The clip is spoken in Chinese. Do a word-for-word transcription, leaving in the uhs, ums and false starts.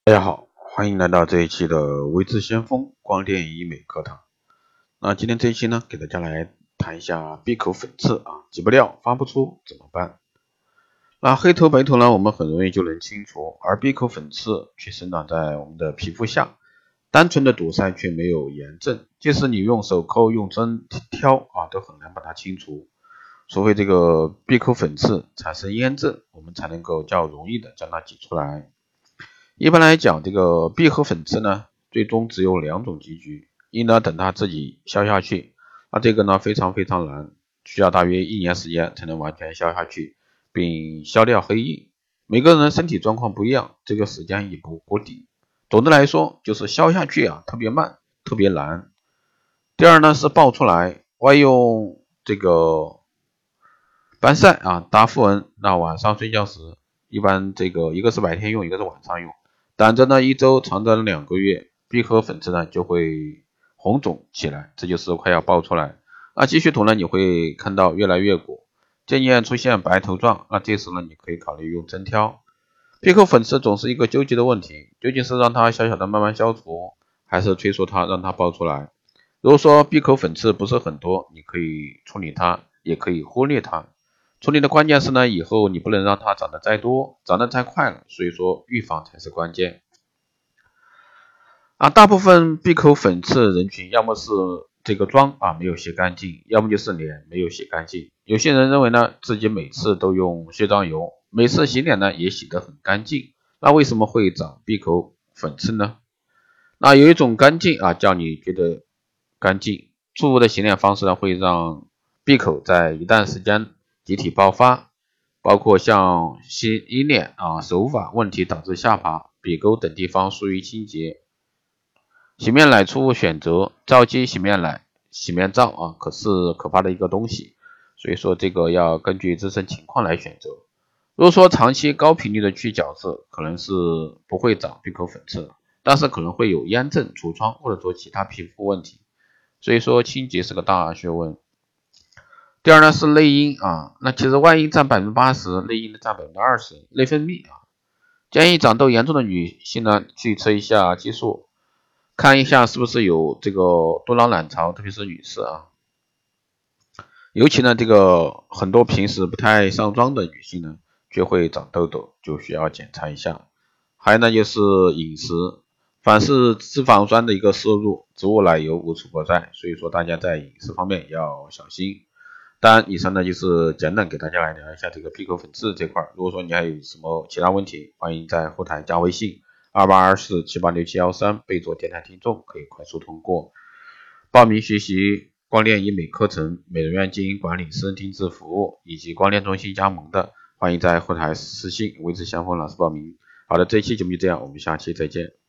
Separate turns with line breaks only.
大家好，欢迎来到这一期的微智先锋光电医美课堂。那今天这一期呢，给大家来谈一下闭口粉刺啊，挤不掉发不出怎么办？那黑头白头呢，我们很容易就能清除，而闭口粉刺却生长在我们的皮肤下，单纯的堵塞却没有炎症，即使你用手抠用针挑啊，都很难把它清除。除非这个闭口粉刺产生炎症，我们才能够较容易的将它挤出来。一般来讲，这个闭口粉刺呢，最终只有两种结局，一呢等它自己消下去，那这个呢非常非常难，需要大约一年时间才能完全消下去，并消掉黑印。每个人身体状况不一样，这个时间也不固定。总的来说，就是消下去啊特别慢，特别难。第二呢是爆出来，外用这个防晒啊达肤纹，那晚上睡觉时，一般这个一个是白天用，一个是晚上用。等着呢，一周长则两个月，闭口粉刺呢就会红肿起来，这就是快要爆出来。那继续涂呢，你会看到越来越鼓，渐渐出现白头状。那这时呢，你可以考虑用针挑。闭口粉刺总是一个纠结的问题，究竟是让它小小的慢慢消除，还是催促它让它爆出来？如果说闭口粉刺不是很多，你可以处理它，也可以忽略它。处理的关键是呢，以后你不能让它长得再多，长得太快了，所以说预防才是关键。啊，大部分闭口粉刺人群，要么是这个妆啊没有洗干净，要么就是脸没有洗干净。有些人认为呢，自己每次都用卸妆油，每次洗脸呢也洗得很干净，那为什么会长闭口粉刺呢？那有一种干净啊，叫你觉得干净，错误的洗脸方式呢，会让闭口在一段时间集体爆发，包括像洗衣脸啊、手法问题导致下巴、鼻沟等地方疏于清洁。洗面奶错误选择，皂基洗面奶、洗面皂啊，可是可怕的一个东西，所以说这个要根据自身情况来选择。如果说长期高频率的去角质，可能是不会长闭口粉刺的，但是可能会有炎症、痤疮或者说其他皮肤问题，所以说清洁是个大学问。第二呢是内因啊，那其实外因占 百分之八十， 内因占 百分之二十， 内分泌啊，建议长痘严重的女性呢去吃一下激素，看一下是不是有这个多囊卵巢，特别是女士啊，尤其呢这个很多平时不太上妆的女性呢，却会长痘痘，就需要检查一下。还有呢就是饮食，凡是脂肪酸的一个摄入，植物奶油无处不在，所以说大家在饮食方面要小心。当然以上呢就是简短给大家来聊一下这个闭口粉刺这块，如果说你还有什么其他问题，欢迎在后台加微信二八二四七八六七一三，备注电台听众，可以快速通过报名学习光电医美课程、美容院经营管理、私人定制服务以及光电中心加盟的，欢迎在后台私信微智先锋老师报名。好的，这一期节目就这样，我们下期再见。